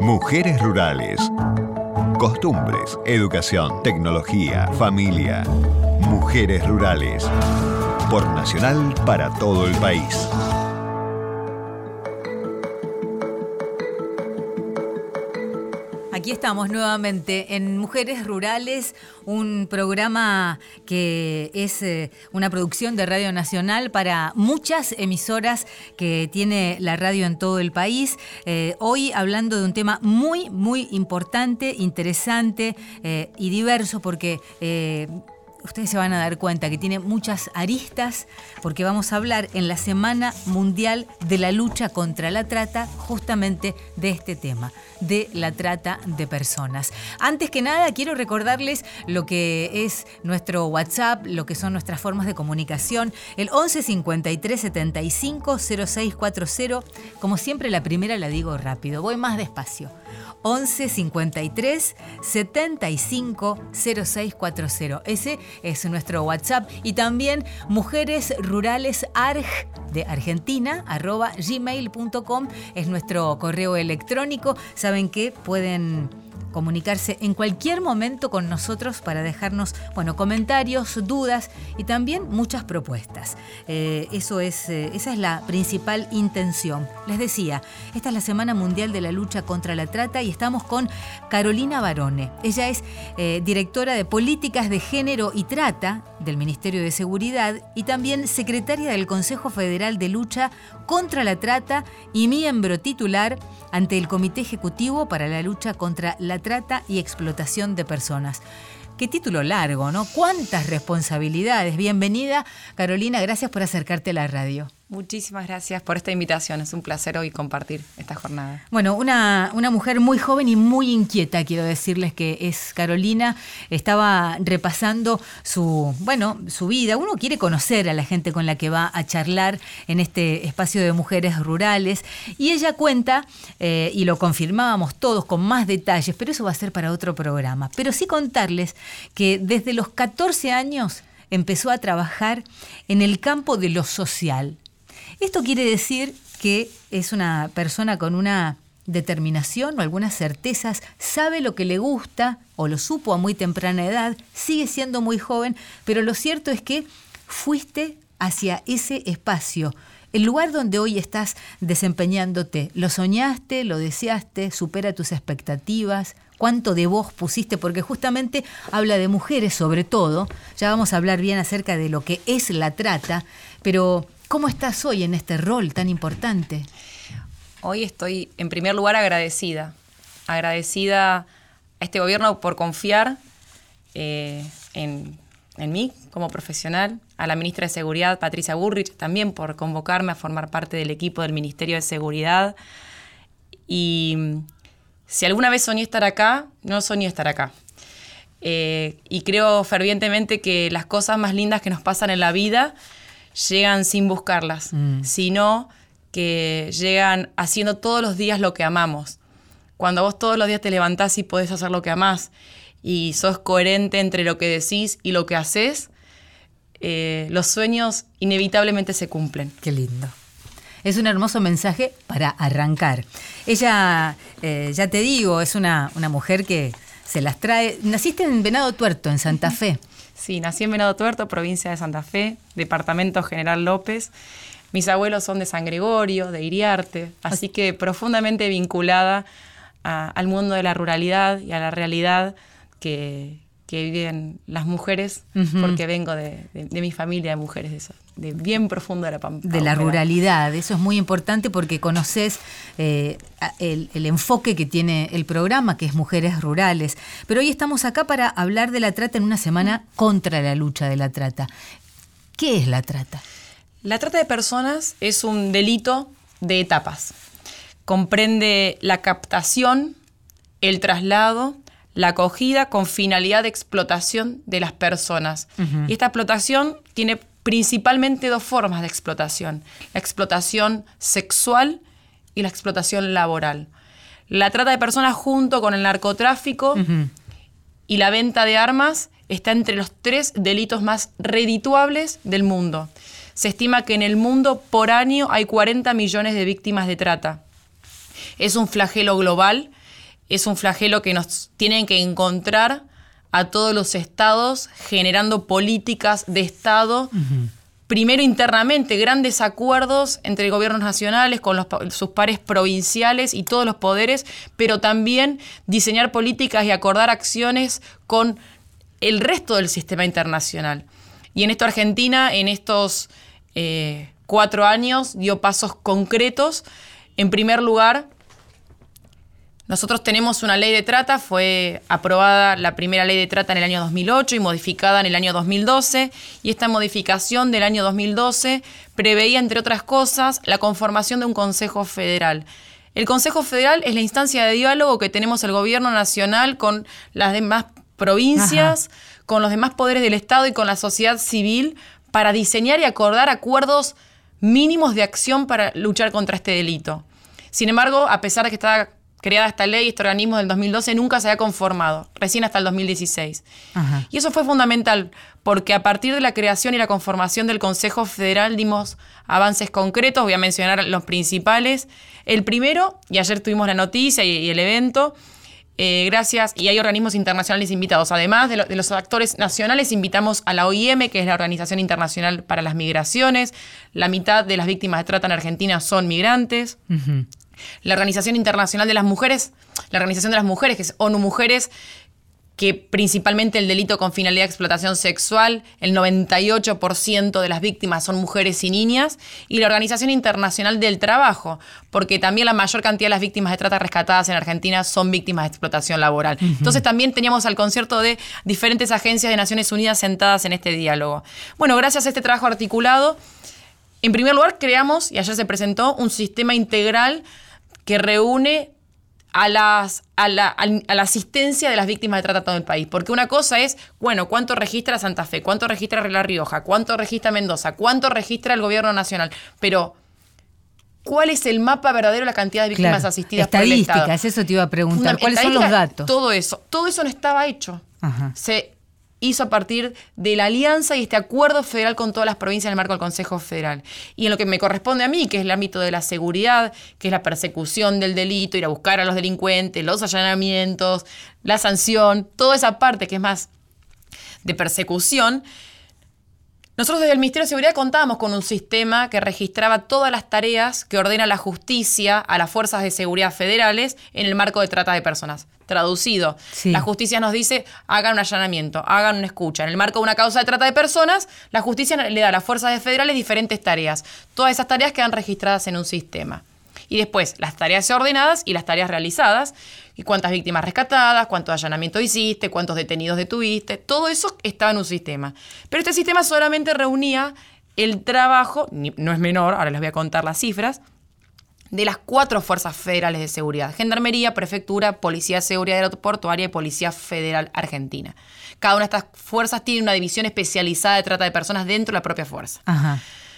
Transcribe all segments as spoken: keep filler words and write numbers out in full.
Mujeres rurales. Costumbres, educación, tecnología, familia. Mujeres rurales. Por Nacional para todo el país. Aquí estamos nuevamente en Mujeres Rurales, un programa que es eh, una producción de Radio Nacional para muchas emisoras que tiene la radio en todo el país. Eh, hoy hablando de un tema muy, muy importante, interesante eh, y diverso porque... Eh, Ustedes se van a dar cuenta que tiene muchas aristas porque vamos a hablar en la Semana Mundial de la Lucha contra la Trata justamente de este tema, de la trata de personas. Antes que nada, quiero recordarles lo que es nuestro WhatsApp, lo que son nuestras formas de comunicación, el once cincuenta y tres setenta y cinco cero seis cuarenta. Como siempre, la primera la digo rápido, voy más despacio. once cincuenta y tres setenta y cinco cero seis cuarenta. Ese es nuestro WhatsApp. Y también Mujeres Rurales Arg de Argentina, arroba gmail punto com es nuestro correo electrónico. Saben que pueden comunicarse en cualquier momento con nosotros para dejarnos, bueno, comentarios, dudas y también muchas propuestas. Eh, eso es, eh, esa es la principal intención. Les decía, esta es la Semana Mundial de la Lucha contra la Trata y estamos con Carolina Barone. Ella es eh, directora de Políticas de Género y Trata del Ministerio de Seguridad y también secretaria del Consejo Federal de Lucha contra la Trata y miembro titular ante el Comité Ejecutivo para la Lucha contra la Trata y Explotación de Personas. Qué título largo, ¿no? ¡Cuántas responsabilidades! Bienvenida, Carolina, gracias por acercarte a la radio. Muchísimas gracias por esta invitación. Es un placer hoy compartir esta jornada. Bueno, una, una mujer muy joven y muy inquieta, quiero decirles que es Carolina. Estaba repasando su, bueno, su vida. Uno quiere conocer a la gente con la que va a charlar en este espacio de Mujeres Rurales. Y ella cuenta, eh, y lo confirmábamos todos con más detalles, pero eso va a ser para otro programa. Pero sí contarles que desde los catorce años empezó a trabajar en el campo de lo social. Esto quiere decir que es una persona con una determinación o algunas certezas, sabe lo que le gusta o lo supo a muy temprana edad, sigue siendo muy joven, pero lo cierto es que fuiste hacia ese espacio, el lugar donde hoy estás desempeñándote. Lo soñaste, lo deseaste, supera tus expectativas. ¿Cuánto de vos pusiste? Porque justamente habla de mujeres sobre todo. Ya vamos a hablar bien acerca de lo que es la trata, pero ¿cómo estás hoy en este rol tan importante? Hoy estoy, en primer lugar, agradecida. Agradecida a este gobierno por confiar eh, en, en mí como profesional, a la ministra de Seguridad, Patricia Bullrich, también por convocarme a formar parte del equipo del Ministerio de Seguridad. Y si alguna vez soñé estar acá, no soñé estar acá. Eh, y creo fervientemente que las cosas más lindas que nos pasan en la vida llegan sin buscarlas, mm. sino que llegan haciendo todos los días lo que amamos. Cuando vos todos los días te levantás y podés hacer lo que amás y sos coherente entre lo que decís y lo que haces, eh, los sueños inevitablemente se cumplen. Qué lindo. Es un hermoso mensaje para arrancar. Ella, eh, ya te digo, es una, una mujer que se las trae. Naciste en Venado Tuerto, en Santa Fe. Sí, nací en Venado Tuerto, provincia de Santa Fe, departamento General López. Mis abuelos son de San Gregorio, de Iriarte, así que profundamente vinculada a, al mundo de la ruralidad y a la realidad que, que viven las mujeres, uh-huh. porque vengo de, de, de mi familia de mujeres, de, eso, de bien profundo de la Pampa. De la ruralidad, eso es muy importante porque conoces eh, el, el enfoque que tiene el programa, que es Mujeres Rurales. Pero hoy estamos acá para hablar de la trata en una semana contra la lucha de la trata. ¿Qué es la trata? La trata de personas es un delito de etapas. Comprende la captación, el traslado, la acogida con finalidad de explotación de las personas. Uh-huh. Y esta explotación tiene principalmente dos formas de explotación: la explotación sexual y la explotación laboral. La trata de personas junto con el narcotráfico uh-huh. y la venta de armas está entre los tres delitos más redituables del mundo. Se estima que en el mundo por año hay cuarenta millones de víctimas de trata. Es un flagelo global es un flagelo que nos tienen que encontrar a todos los estados generando políticas de Estado, uh-huh. primero internamente, grandes acuerdos entre gobiernos nacionales con los, sus pares provinciales y todos los poderes, pero también diseñar políticas y acordar acciones con el resto del sistema internacional. Y en esto Argentina, en estos eh, cuatro años, dio pasos concretos. En primer lugar, nosotros tenemos una ley de trata, fue aprobada la primera ley de trata en el año dos mil ocho y modificada en el año dos mil doce, y esta modificación del año dos mil doce preveía, entre otras cosas, la conformación de un Consejo Federal. El Consejo Federal es la instancia de diálogo que tenemos el gobierno nacional con las demás provincias, Ajá. con los demás poderes del Estado y con la sociedad civil para diseñar y acordar acuerdos mínimos de acción para luchar contra este delito. Sin embargo, a pesar de que estaba creada esta ley, este organismo del dos mil doce nunca se había conformado, recién hasta el dos mil dieciséis. Ajá. Y eso fue fundamental, porque a partir de la creación y la conformación del Consejo Federal dimos avances concretos, voy a mencionar los principales. El primero, y ayer tuvimos la noticia y, y el evento, eh, gracias, y hay organismos internacionales invitados. Además de, lo, de los actores nacionales, invitamos a la O I M, que es la Organización Internacional para las Migraciones. La mitad de las víctimas de trata en Argentina son migrantes. Uh-huh. La Organización Internacional de las Mujeres, la Organización de las Mujeres, que es ONU Mujeres, que principalmente el delito con finalidad de explotación sexual, el noventa y ocho por ciento de las víctimas son mujeres y niñas, y la Organización Internacional del Trabajo, porque también la mayor cantidad de las víctimas de trata rescatadas en Argentina son víctimas de explotación laboral. Uh-huh. Entonces también teníamos al concierto de diferentes agencias de Naciones Unidas sentadas en este diálogo. Bueno, gracias a este trabajo articulado, en primer lugar creamos, y ayer se presentó, un sistema integral que reúne a, las, a, la, a la asistencia de las víctimas de trata en todo el país. Porque una cosa es, bueno, ¿cuánto registra Santa Fe? ¿Cuánto registra La Rioja? ¿Cuánto registra Mendoza? ¿Cuánto registra el gobierno nacional? Pero, ¿cuál es el mapa verdadero de la cantidad de víctimas claro. asistidas por el Estado? Estadísticas, eso te iba a preguntar. ¿Cuáles son los datos? Todo eso. Todo eso no estaba hecho. Ajá. Se hizo a partir de la alianza y este acuerdo federal con todas las provincias en el marco del Consejo Federal. Y en lo que me corresponde a mí, que es el ámbito de la seguridad, que es la persecución del delito, ir a buscar a los delincuentes, los allanamientos, la sanción, toda esa parte que es más de persecución, nosotros desde el Ministerio de Seguridad contábamos con un sistema que registraba todas las tareas que ordena la justicia a las fuerzas de seguridad federales en el marco de trata de personas. Traducido, sí. La justicia nos dice, hagan un allanamiento, hagan una escucha. En el marco de una causa de trata de personas, la justicia le da a las fuerzas federales diferentes tareas. Todas esas tareas quedan registradas en un sistema. Y después, las tareas ordenadas y las tareas realizadas. Y cuántas víctimas rescatadas, cuántos allanamientos hiciste, cuántos detenidos detuviste. Todo eso estaba en un sistema. Pero este sistema solamente reunía el trabajo, no es menor, ahora les voy a contar las cifras, de las cuatro fuerzas federales de seguridad: Gendarmería, Prefectura, Policía de Seguridad Aeroportuaria y Policía Federal Argentina. Cada una de estas fuerzas tiene una división especializada de trata de personas dentro de la propia fuerza. Ajá.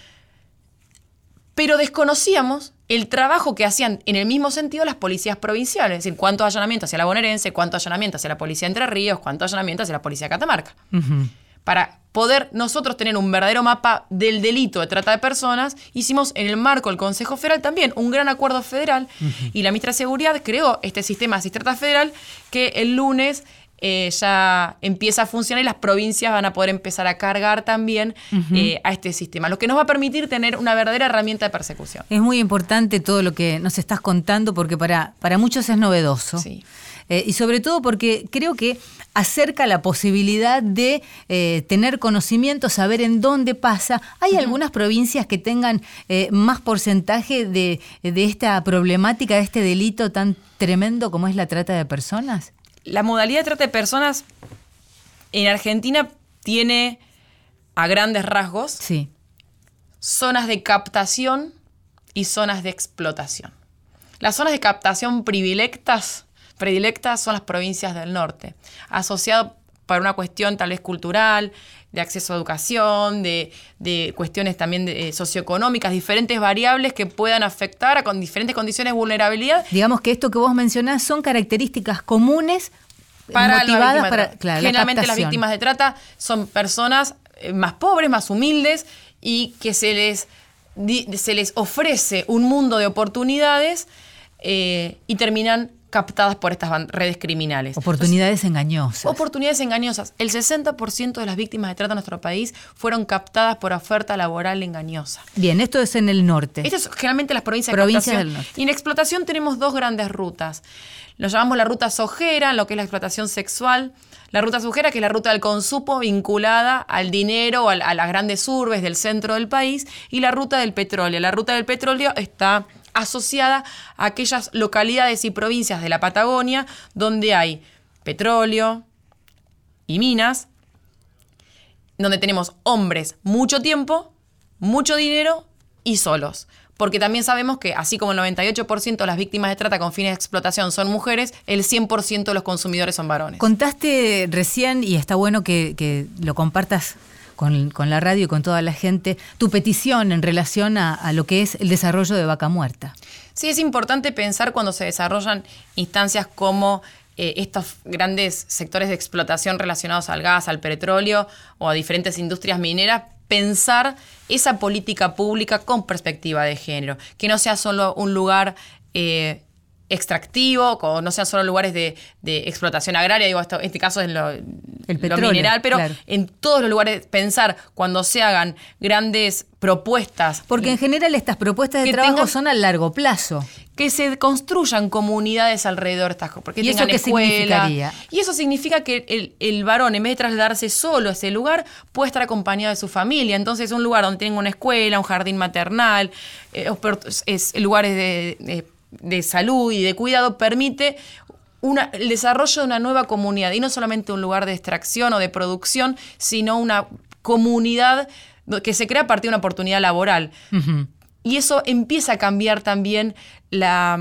Pero desconocíamos el trabajo que hacían en el mismo sentido las policías provinciales. Es decir, cuántos allanamientos hacia la bonaerense, cuántos allanamientos hacia la policía de Entre Ríos, cuántos allanamientos hacia la policía de Catamarca. Uh-huh. Para poder nosotros tener un verdadero mapa del delito de trata de personas, hicimos en el marco del Consejo Federal también un gran acuerdo federal. Uh-huh. Y la ministra de Seguridad creó este sistema de asistencia federal que el lunes Eh, ya empieza a funcionar y las provincias van a poder empezar a cargar también uh-huh. eh, a este sistema, lo que nos va a permitir tener una verdadera herramienta de persecución. Es muy importante todo lo que nos estás contando porque para, para muchos es novedoso. Sí. Eh, y sobre todo porque creo que acerca la posibilidad de eh, tener conocimiento, saber en dónde pasa. ¿Hay uh-huh. algunas provincias que tengan eh, más porcentaje de, de esta problemática, de este delito tan tremendo como es la trata de personas? La modalidad de trata de personas en Argentina tiene, a grandes rasgos, sí. zonas de captación y zonas de explotación. Las zonas de captación predilectas, predilectas son las provincias del norte, asociado por una cuestión tal vez cultural, de acceso a educación, de, de cuestiones también de, eh, socioeconómicas, diferentes variables que puedan afectar a con diferentes condiciones de vulnerabilidad. Digamos que esto que vos mencionás son características comunes para motivadas la para claro, generalmente la las víctimas de trata son personas eh, más pobres, más humildes y que se les, di, se les ofrece un mundo de oportunidades eh, y terminan captadas por estas redes criminales. Oportunidades Entonces, engañosas. Oportunidades engañosas. El sesenta por ciento de las víctimas de trata en nuestro país fueron captadas por oferta laboral engañosa. Bien, esto es en el norte. Esto es generalmente las provincias, provincias de del norte. Y en explotación tenemos dos grandes rutas. Lo llamamos la ruta sojera, lo que es la explotación sexual. La ruta sojera, que es la ruta del consumo vinculada al dinero, a, a las grandes urbes del centro del país. Y la ruta del petróleo. La ruta del petróleo está asociada a aquellas localidades y provincias de la Patagonia donde hay petróleo y minas, donde tenemos hombres mucho tiempo, mucho dinero y solos. Porque también sabemos que, así como el noventa y ocho por ciento de las víctimas de trata con fines de explotación son mujeres, el cien por ciento de los consumidores son varones. Contaste recién, y está bueno que, que lo compartas con, con la radio y con toda la gente, tu petición en relación a, a lo que es el desarrollo de Vaca Muerta. Sí, es importante pensar cuando se desarrollan instancias como eh, estos grandes sectores de explotación relacionados al gas, al petróleo o a diferentes industrias mineras, pensar esa política pública con perspectiva de género, que no sea solo un lugar eh, extractivo, o no sean solo lugares de, de explotación agraria, digo, esto, en este caso es lo, el petróleo, lo mineral, pero claro. En todos los lugares pensar cuando se hagan grandes propuestas. Porque en general estas propuestas de trabajo tengan, son a largo plazo. Que se construyan comunidades alrededor de estas cosas. Porque ¿Y tengan eso qué escuela, significaría? Y eso significa que el, el varón, en vez de trasladarse solo a ese lugar, puede estar acompañado de su familia. Entonces, un lugar donde tenga una escuela, un jardín maternal, eh, es, lugares de, de, de salud y de cuidado, permite una, el desarrollo de una nueva comunidad. Y no solamente un lugar de extracción o de producción, sino una comunidad que se crea a partir de una oportunidad laboral. Uh-huh. Y eso empieza a cambiar también la,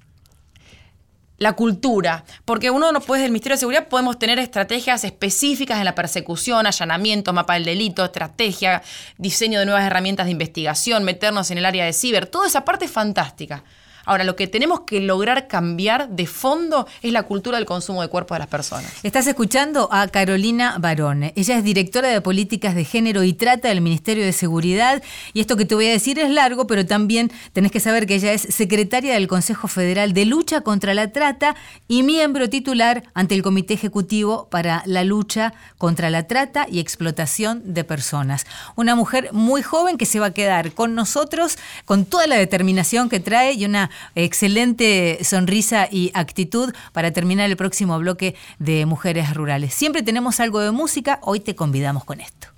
la cultura. Porque uno, desde el Ministerio de Seguridad, podemos tener estrategias específicas en la persecución, allanamiento, mapa del delito, estrategia, diseño de nuevas herramientas de investigación, meternos en el área de ciber. Toda esa parte es fantástica. Ahora, lo que tenemos que lograr cambiar de fondo es la cultura del consumo de cuerpos de las personas. Estás escuchando a Carolina Barone. Ella es directora de Políticas de Género y Trata del Ministerio de Seguridad. Y esto que te voy a decir es largo, pero también tenés que saber que ella es secretaria del Consejo Federal de Lucha contra la Trata y miembro titular ante el Comité Ejecutivo para la Lucha contra la Trata y Explotación de Personas. Una mujer muy joven que se va a quedar con nosotros con toda la determinación que trae y una excelente sonrisa y actitud para terminar el próximo bloque de Mujeres Rurales. Siempre tenemos algo de música, hoy te convidamos con esto.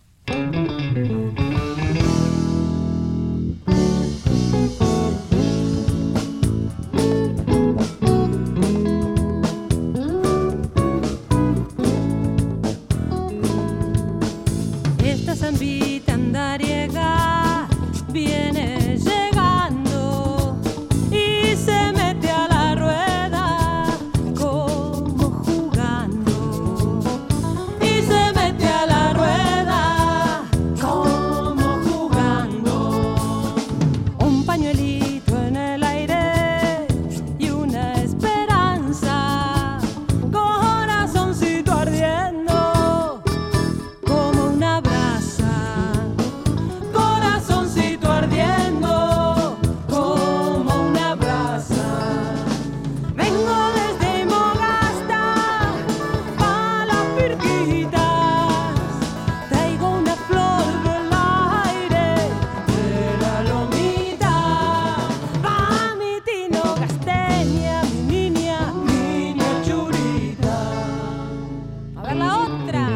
Esta zambita andariega viene llegando y se mete a la rueda como jugando, y se mete a la rueda como jugando. Un pañuelito en el aire y una esperanza, corazoncito ardiendo como una brasa, corazoncito ardiendo como una brasa. Vengo desde Mogasta pa' las Pirquitas, traigo una flor del aire de la lomita, pa' mi tino gasteña, mi niña, niña churita. A ver la otra.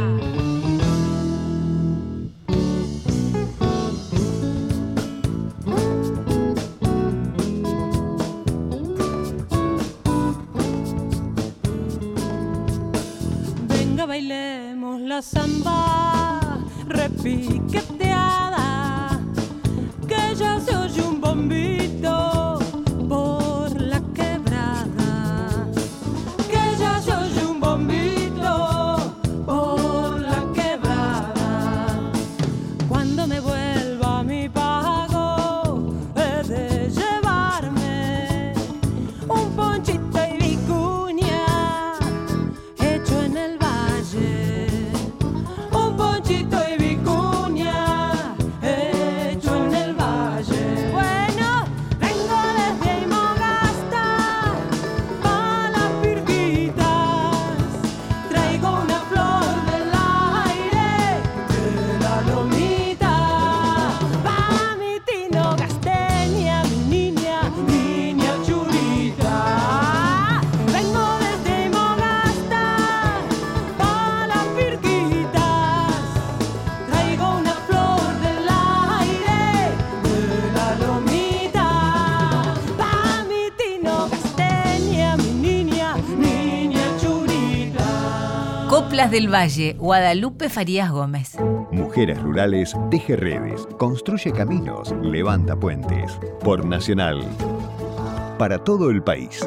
Venga, bailemos la samba repiqueteada, que ya se oye un bombito por la quebrada, que ya se oye un bombito por la quebrada. Cuando me vuelva mi pago, he de llevarme un ponchito y vicuña hecho en el valle, un ponchito y vicuña Coplas del Valle, Guadalupe Farías Gómez. Mujeres Rurales teje redes, construye caminos, levanta puentes. Por Nacional. Para todo el país.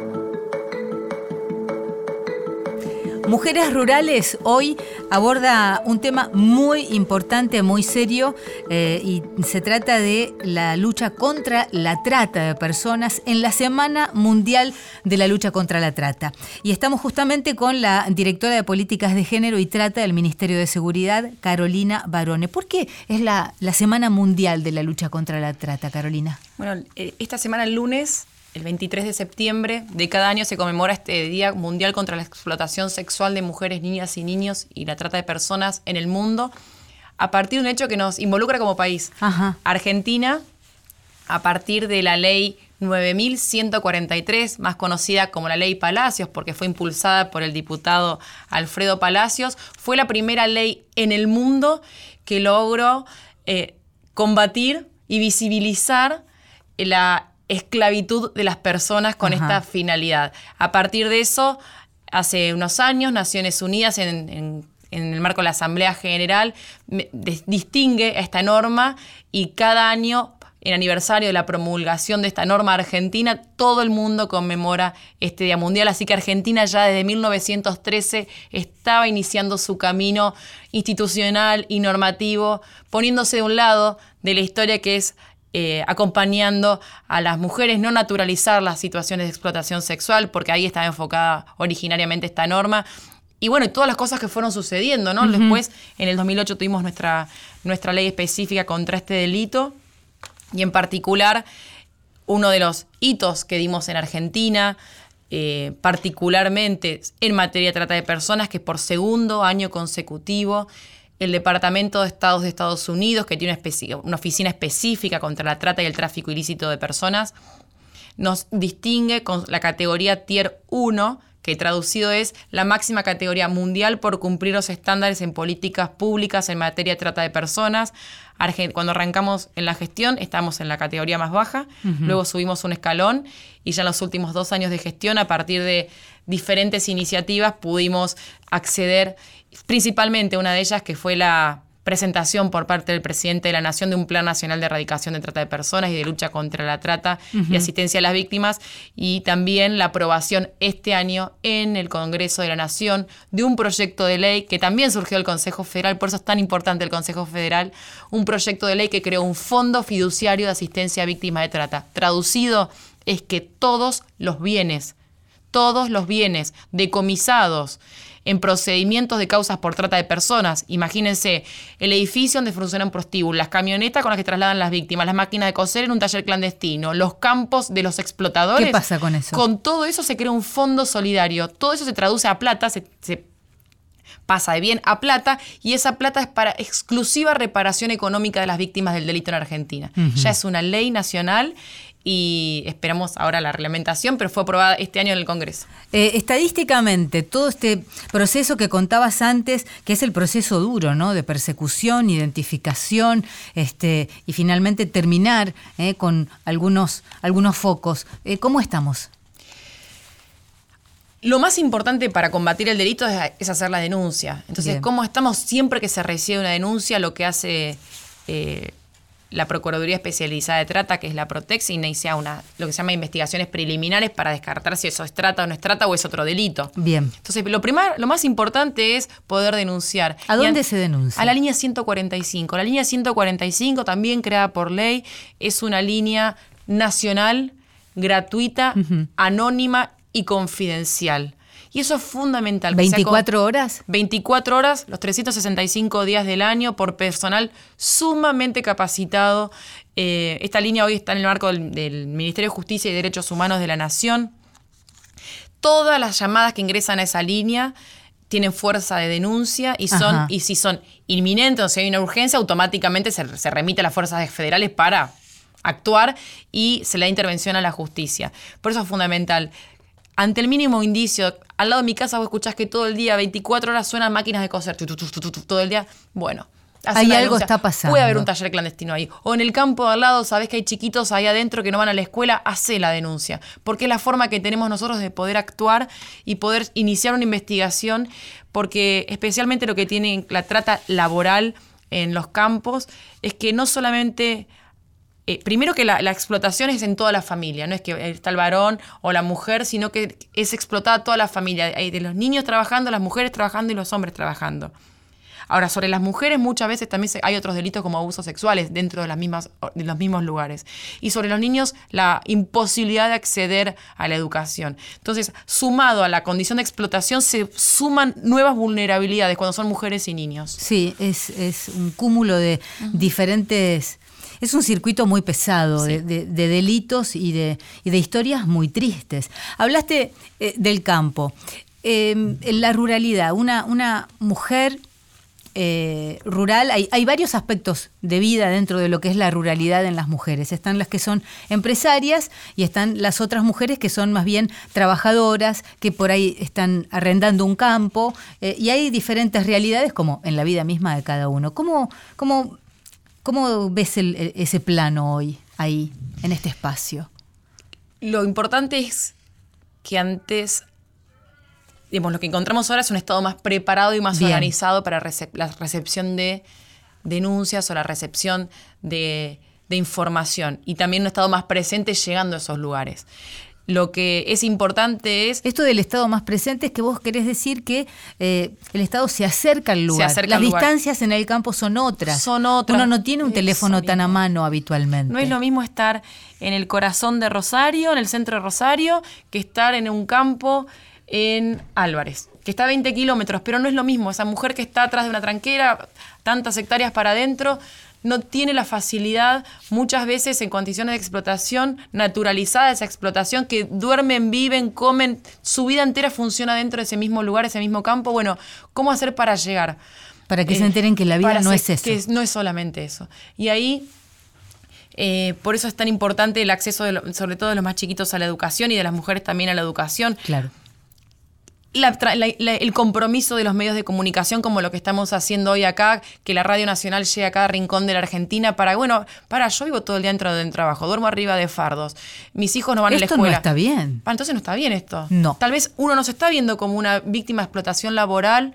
Mujeres Rurales hoy aborda un tema muy importante, muy serio, eh, y se trata de la lucha contra la trata de personas en la Semana Mundial de la Lucha contra la Trata. Y estamos justamente con la directora de Políticas de Género y Trata del Ministerio de Seguridad, Carolina Barone. ¿Por qué es la, la Semana Mundial de la Lucha contra la Trata, Carolina? Bueno, esta semana, el lunes, el veintitrés de septiembre de cada año, se conmemora este Día Mundial contra la Explotación Sexual de Mujeres, Niñas y Niños y la Trata de Personas en el mundo, a partir de un hecho que nos involucra como país. Ajá. Argentina, a partir de la ley nueve mil ciento cuarenta y tres, más conocida como la Ley Palacios, porque fue impulsada por el diputado Alfredo Palacios, fue la primera ley en el mundo que logró eh, combatir y visibilizar la esclavitud de las personas con Ajá. esta finalidad. A partir de eso, hace unos años, Naciones Unidas, en, en, en el marco de la Asamblea General, me, de, distingue esta norma y cada año, en aniversario de la promulgación de esta norma argentina, todo el mundo conmemora este Día Mundial. Así que Argentina ya desde mil novecientos trece estaba iniciando su camino institucional y normativo, poniéndose de un lado de la historia que es Eh, acompañando a las mujeres, no naturalizar las situaciones de explotación sexual, porque ahí estaba enfocada originariamente esta norma. Y bueno, y todas las cosas que fueron sucediendo, ¿no? Uh-huh. Después, en el dos mil ocho tuvimos nuestra, nuestra ley específica contra este delito, y en particular, uno de los hitos que dimos en Argentina, eh, particularmente en materia de trata de personas, que por segundo año consecutivo, el Departamento de Estado de Estados Unidos, que tiene una, especi- una oficina específica contra la trata y el tráfico ilícito de personas, nos distingue con la categoría Tier uno, que traducido es la máxima categoría mundial por cumplir los estándares en políticas públicas en materia de trata de personas. Argent- Cuando arrancamos en la gestión, estábamos en la categoría más baja, uh-huh. luego subimos un escalón y ya en los últimos dos años de gestión, a partir de diferentes iniciativas, pudimos acceder, principalmente una de ellas que fue la presentación por parte del presidente de la Nación de un Plan Nacional de Erradicación de Trata de Personas y de lucha contra la trata uh-huh. y asistencia a las víctimas, y también la aprobación este año en el Congreso de la Nación de un proyecto de ley que también surgió del Consejo Federal, por eso es tan importante el Consejo Federal, un proyecto de ley que creó un fondo fiduciario de asistencia a víctimas de trata. Traducido es que todos los bienes, todos los bienes decomisados en procedimientos de causas por trata de personas. Imagínense el edificio donde funciona un prostíbulo, las camionetas con las que trasladan las víctimas, las máquinas de coser en un taller clandestino, los campos de los explotadores. ¿Qué pasa con eso? Con todo eso se crea un fondo solidario. Todo eso se traduce a plata, se, se pasa de bien a plata, y esa plata es para exclusiva reparación económica de las víctimas del delito en Argentina. Uh-huh. Ya es una ley nacional y esperamos ahora la reglamentación, pero fue aprobada este año en el Congreso. Eh, estadísticamente, todo este proceso que contabas antes, que es el proceso duro, ¿no? De persecución, identificación, este, y finalmente terminar eh, con algunos, algunos focos. Eh, ¿Cómo estamos? Lo más importante para combatir el delito es, es hacer la denuncia. Entonces, Bien. ¿cómo estamos? Siempre que se recibe una denuncia, lo que hace Eh, la Procuraduría Especializada de Trata, que es la Protex, inicia una, lo que se llama investigaciones preliminares para descartar si eso es trata o no es trata o es otro delito. Bien. Entonces, lo, primar, lo más importante es poder denunciar. ¿A dónde a, se denuncia? A la línea ciento cuarenta y cinco. La línea ciento cuarenta y cinco, también creada por ley, es una línea nacional, gratuita, uh-huh. anónima y confidencial. Y eso es fundamental. ¿veinticuatro horas? veinticuatro horas, los trescientos sesenta y cinco días del año, por personal sumamente capacitado. Eh, esta línea hoy está en el marco del, del Ministerio de Justicia y Derechos Humanos de la Nación. Todas las llamadas que ingresan a esa línea tienen fuerza de denuncia y son Ajá. y si son inminentes o si hay una urgencia, automáticamente se, se remite a las fuerzas federales para actuar y se le da intervención a la justicia. Por eso es fundamental. Ante el mínimo indicio, al lado de mi casa vos escuchás que todo el día, veinticuatro horas, suenan máquinas de coser, tu, tu, tu, tu, tu, todo el día. Bueno, Hace Hay una algo denuncia. está pasando. Puede haber un taller clandestino ahí. O en el campo de al lado, sabés que hay chiquitos ahí adentro que no van a la escuela, hacé la denuncia. Porque es la forma que tenemos nosotros de poder actuar y poder iniciar una investigación, porque especialmente lo que tiene la trata laboral en los campos es que no solamente... Eh, primero que la, la explotación es en toda la familia, no es que está el varón o la mujer, sino que es explotada toda la familia. Hay de los niños trabajando, las mujeres trabajando y los hombres trabajando. Ahora, sobre las mujeres muchas veces también hay otros delitos como abusos sexuales dentro de, las mismas, de los mismos lugares. Y sobre los niños, la imposibilidad de acceder a la educación. Entonces, sumado a la condición de explotación, se suman nuevas vulnerabilidades cuando son mujeres y niños. Sí, es, es un cúmulo de uh-huh. diferentes... Es un circuito muy pesado, sí. de, de, de delitos y de, y de historias muy tristes. Hablaste eh, del campo. Eh, en la ruralidad, una, una mujer... Eh, rural, hay, hay varios aspectos de vida dentro de lo que es la ruralidad en las mujeres. Están las que son empresarias y están las otras mujeres que son más bien trabajadoras, que por ahí están arrendando un campo, eh, y hay diferentes realidades como en la vida misma de cada uno. ¿Cómo, cómo, cómo ves el, ese plano hoy, ahí, en este espacio? Lo importante es que antes... Digamos, lo que encontramos ahora es un Estado más preparado y más Bien. organizado para recep- la recepción de denuncias o la recepción de, de información. Y también un Estado más presente llegando a esos lugares. Lo que es importante es... Esto del Estado más presente es que vos querés decir que eh, el Estado se acerca al lugar. Acerca Las al lugar. distancias en el campo son otras. Son otras. Uno no tiene un Eso teléfono mismo. tan a mano habitualmente. No es lo mismo estar en el corazón de Rosario, en el centro de Rosario, que estar en un campo... en Álvarez, que está a veinte kilómetros, pero no es lo mismo. Esa mujer que está atrás de una tranquera, tantas hectáreas para adentro, no tiene la facilidad, muchas veces en condiciones de explotación, naturalizada esa explotación, que duermen, viven, comen, su vida entera funciona dentro de ese mismo lugar, ese mismo campo. Bueno, ¿cómo hacer para llegar? Para que eh, se enteren que la vida no es eso. Que no es solamente eso. Y ahí... Eh, por eso es tan importante el acceso, de lo, sobre todo de los más chiquitos, a la educación y de las mujeres también a la educación. Claro. La, la, la, el compromiso de los medios de comunicación, como lo que estamos haciendo hoy acá, que la Radio Nacional llegue a cada rincón de la Argentina para, bueno, para, yo vivo todo el día dentro del trabajo, duermo arriba de fardos, mis hijos no van esto a la escuela. Esto no está bien. Ah, entonces no está bien esto. No. Tal vez uno nos está viendo como una víctima de explotación laboral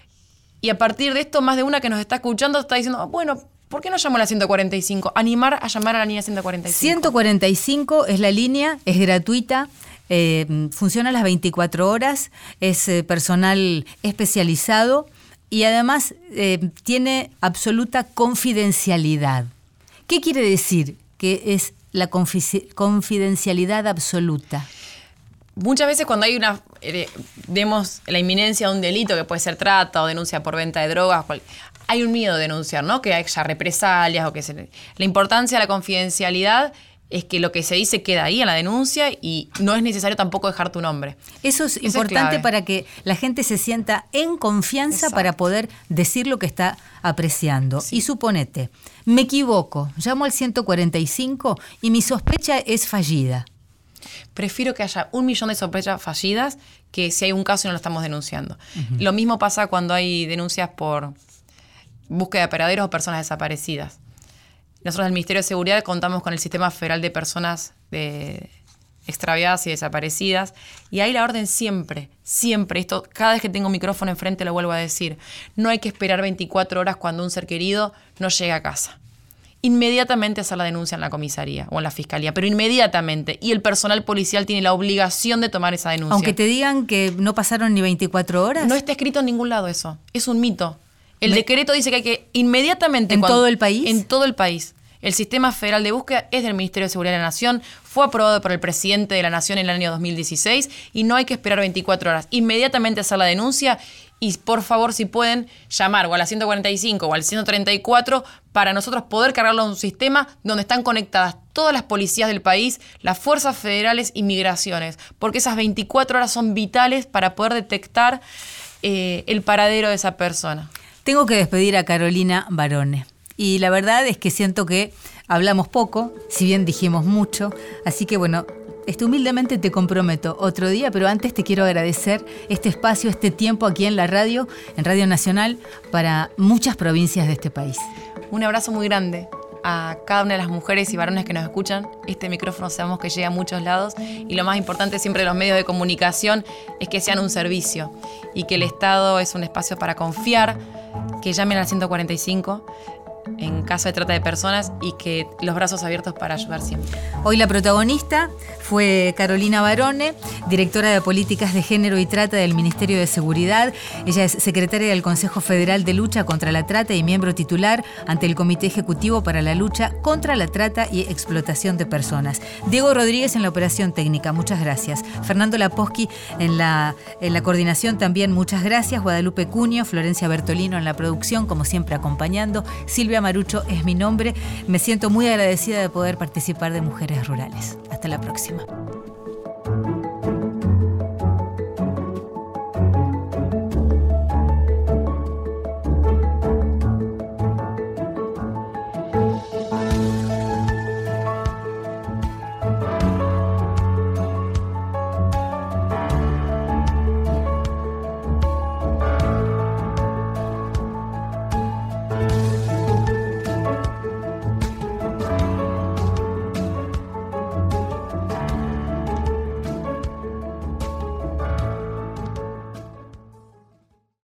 y a partir de esto, más de una que nos está escuchando está diciendo, oh, bueno, ¿por qué no llamo a la ciento cuarenta y cinco? Animar a llamar a la línea ciento cuarenta y cinco. ciento cuarenta y cinco es la línea, es gratuita. Eh, funciona las veinticuatro horas, es eh, personal especializado y además eh, tiene absoluta confidencialidad. ¿Qué quiere decir que es la confi- confidencialidad absoluta? Muchas veces cuando hay una, eh, vemos la inminencia de un delito que puede ser trata o denuncia por venta de drogas, cual, hay un miedo de denunciar, ¿no? Que haya represalias o que se... La importancia de la confidencialidad es que lo que se dice queda ahí en la denuncia y no es necesario tampoco dejar tu nombre. Eso es Eso importante es para que la gente se sienta en confianza. Exacto. Para poder decir lo que está apreciando. Sí. Y suponete, me equivoco, llamo al ciento cuarenta y cinco y mi sospecha es fallida. Prefiero que haya un millón de sospechas fallidas que si hay un caso y no lo estamos denunciando. Uh-huh. Lo mismo pasa cuando hay denuncias por búsqueda de paraderos o personas desaparecidas. Nosotros en el Ministerio de Seguridad contamos con el Sistema Federal de Personas de extraviadas y desaparecidas y ahí la orden siempre, siempre, esto cada vez que tengo un micrófono enfrente lo vuelvo a decir, no hay que esperar veinticuatro horas cuando un ser querido no llega a casa. Inmediatamente hacer la denuncia en la comisaría o en la fiscalía, pero inmediatamente. Y el personal policial tiene la obligación de tomar esa denuncia. Aunque te digan que no pasaron ni veinticuatro horas. No está escrito en ningún lado eso, es un mito. El Me... decreto dice que hay que inmediatamente... ¿En cuando, todo el país? En todo el país. El Sistema Federal de Búsqueda es del Ministerio de Seguridad de la Nación, fue aprobado por el presidente de la Nación en el año dos mil dieciséis y no hay que esperar veinticuatro horas. Inmediatamente hacer la denuncia y por favor, si pueden, llamar o a la ciento cuarenta y cinco o al ciento treinta y cuatro para nosotros poder cargarlo a un sistema donde están conectadas todas las policías del país, las fuerzas federales y migraciones, porque esas veinticuatro horas son vitales para poder detectar eh, el paradero de esa persona. Tengo que despedir a Carolina Barone. Y la verdad es que siento que hablamos poco, si bien dijimos mucho. Así que bueno, Este, humildemente te comprometo otro día, pero antes te quiero agradecer este espacio, este tiempo aquí en la radio, en Radio Nacional, para muchas provincias de este país. Un abrazo muy grande a cada una de las mujeres y varones que nos escuchan. Este micrófono sabemos que llega a muchos lados y lo más importante siempre de los medios de comunicación es que sean un servicio y que el Estado es un espacio para confiar, que llamen al ciento cuarenta y cinco en caso de trata de personas y que los brazos abiertos para ayudar siempre. Hoy la protagonista fue Carolina Barone, directora de Políticas de Género y Trata del Ministerio de Seguridad. Ella es secretaria del Consejo Federal de Lucha contra la Trata y miembro titular ante el Comité Ejecutivo para la Lucha contra la Trata y Explotación de Personas. Diego Rodríguez en la operación técnica, muchas gracias. Fernando Laposky en la, en la coordinación también, muchas gracias. Guadalupe Cunio, Florencia Bertolino en la producción, como siempre acompañando. Silvia Marucho es mi nombre. Me siento muy agradecida de poder participar de Mujeres Rurales. Hasta la próxima.